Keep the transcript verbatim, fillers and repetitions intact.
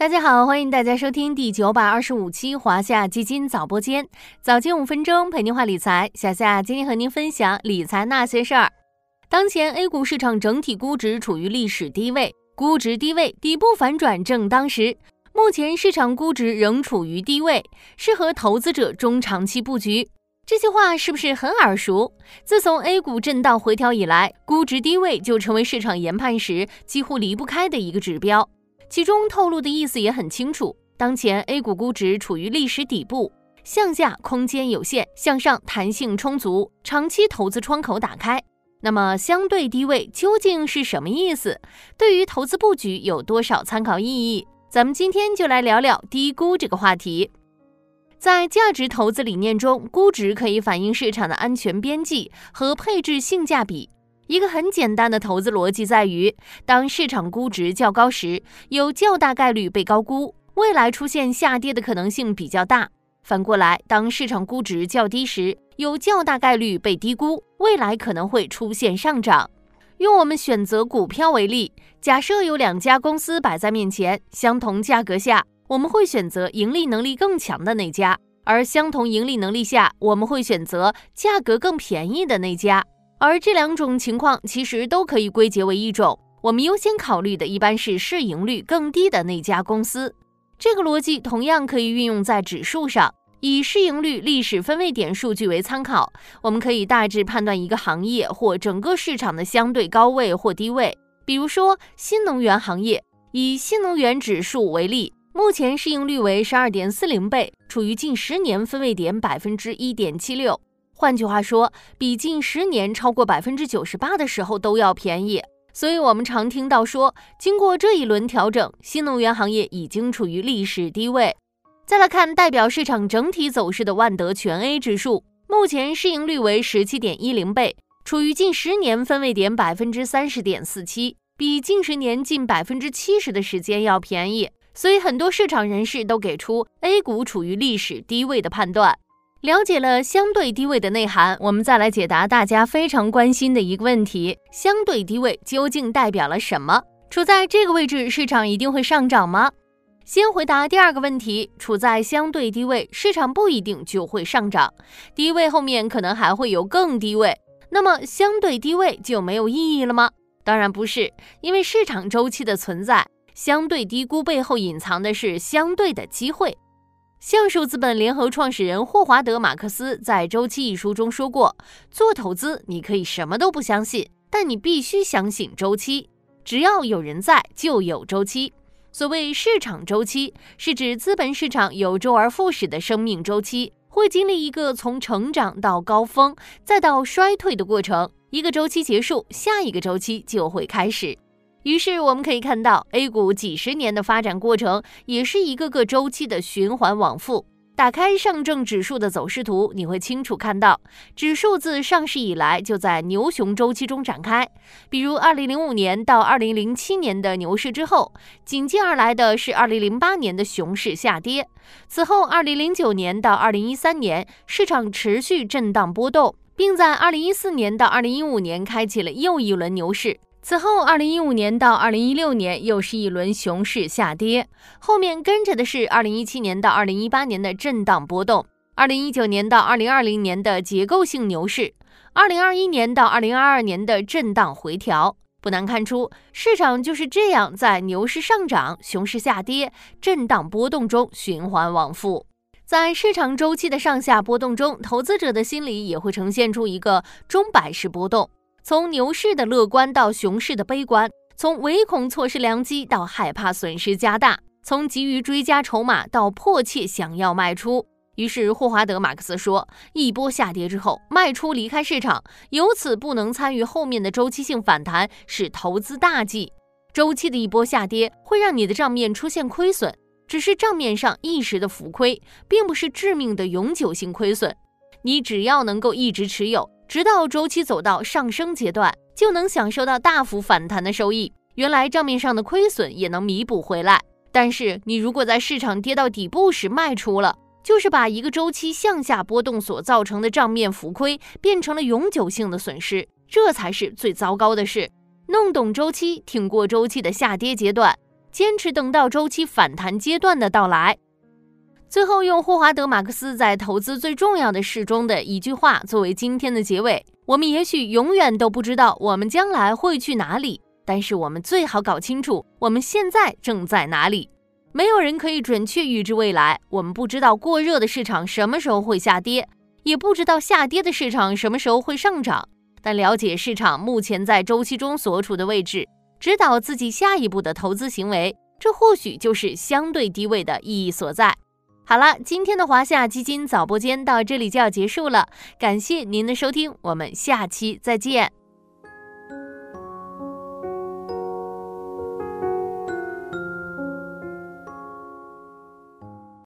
大家好，欢迎大家收听第九百二十五期华夏基金早播间，早间五分钟陪您话理财。小夏今天和您分享理财那些事儿。当前 A 股市场整体估值处于历史低位，估值低位，底部反转正当时。目前市场估值仍处于低位，适合投资者中长期布局。这句话是不是很耳熟？自从 A 股震荡回调以来，估值低位就成为市场研判时几乎离不开的一个指标。其中透露的意思也很清楚，当前 A 股估值处于历史底部，向下空间有限，向上弹性充足，长期投资窗口打开。那么相对低位究竟是什么意思？对于投资布局有多少参考意义？咱们今天就来聊聊低估这个话题。在价值投资理念中，估值可以反映市场的安全边际和配置性价比。一个很简单的投资逻辑在于，当市场估值较高时，有较大概率被高估，未来出现下跌的可能性比较大。反过来，当市场估值较低时，有较大概率被低估，未来可能会出现上涨。用我们选择股票为例，假设有两家公司摆在面前，相同价格下，我们会选择盈利能力更强的那家，而相同盈利能力下，我们会选择价格更便宜的那家。而这两种情况其实都可以归结为一种，我们优先考虑的一般是市盈率更低的那家公司。这个逻辑同样可以运用在指数上，以市盈率历史分位点数据为参考，我们可以大致判断一个行业或整个市场的相对高位或低位。比如说新能源行业，以新能源指数为例，目前市盈率为 十二点四零 倍，处于近十年分位点 百分之一点七六。换句话说，比近十年超过 百分之九十八 的时候都要便宜。所以我们常听到说，经过这一轮调整，新能源行业已经处于历史低位。再来看代表市场整体走势的万德全 A 指数，目前市盈率为 十七点一零 倍，处于近十年分位点 百分之三十点四七， 比近十年近 百分之七十 的时间要便宜。所以很多市场人士都给出 A 股处于历史低位的判断。了解了相对低位的内涵，我们再来解答大家非常关心的一个问题：相对低位究竟代表了什么？处在这个位置，市场一定会上涨吗？先回答第二个问题，处在相对低位，市场不一定就会上涨，低位后面可能还会有更低位。那么相对低位就没有意义了吗？当然不是，因为市场周期的存在，相对低估背后隐藏的是相对的机会。橡树资本联合创始人霍华德·马克思在《周期》一书中说过，做投资你可以什么都不相信，但你必须相信周期。只要有人在，就有周期。所谓市场周期，是指资本市场有周而复始的生命周期，会经历一个从成长到高峰，再到衰退的过程。一个周期结束，下一个周期就会开始。于是我们可以看到 A 股几十年的发展过程也是一个个周期的循环往复。打开上证指数的走势图，你会清楚看到指数自上市以来就在牛熊周期中展开，比如二零零五年到二零零七年的牛市之后，紧接而来的是二零零八年的熊市下跌，此后二零零九年到二零一三年市场持续震荡波动，并在二零一四年到二零一五年开启了又一轮牛市。此后二零一五年到二零一六年又是一轮熊市下跌，后面跟着的是二零一七年到二零一八年的震荡波动，二零一九年到二零二零年的结构性牛市，二零二一年到二零二二年的震荡回调。不难看出，市场就是这样在牛市上涨、熊市下跌、震荡波动中循环往复。在市场周期的上下波动中，投资者的心理也会呈现出一个钟摆式波动，从牛市的乐观到熊市的悲观，从唯恐错失良机到害怕损失加大，从急于追加筹码到迫切想要卖出。于是霍华德·马克思说，一波下跌之后卖出离开市场，由此不能参与后面的周期性反弹，是投资大忌。周期的一波下跌会让你的账面出现亏损，只是账面上一时的浮亏，并不是致命的永久性亏损。你只要能够一直持有，直到周期走到上升阶段，就能享受到大幅反弹的收益，原来账面上的亏损也能弥补回来。但是你如果在市场跌到底部时卖出了，就是把一个周期向下波动所造成的账面浮亏变成了永久性的损失，这才是最糟糕的事。弄懂周期，挺过周期的下跌阶段， 坚持等到周期反弹阶段的到来。最后用霍华德·马克思在《投资最重要的事》中的一句话作为今天的结尾：我们也许永远都不知道我们将来会去哪里，但是我们最好搞清楚我们现在正在哪里。没有人可以准确预知未来，我们不知道过热的市场什么时候会下跌，也不知道下跌的市场什么时候会上涨，但了解市场目前在周期中所处的位置，指导自己下一步的投资行为，这或许就是相对低位的意义所在。好了，今天的华夏基金早播间到这里就要结束了，感谢您的收听，我们下期再见。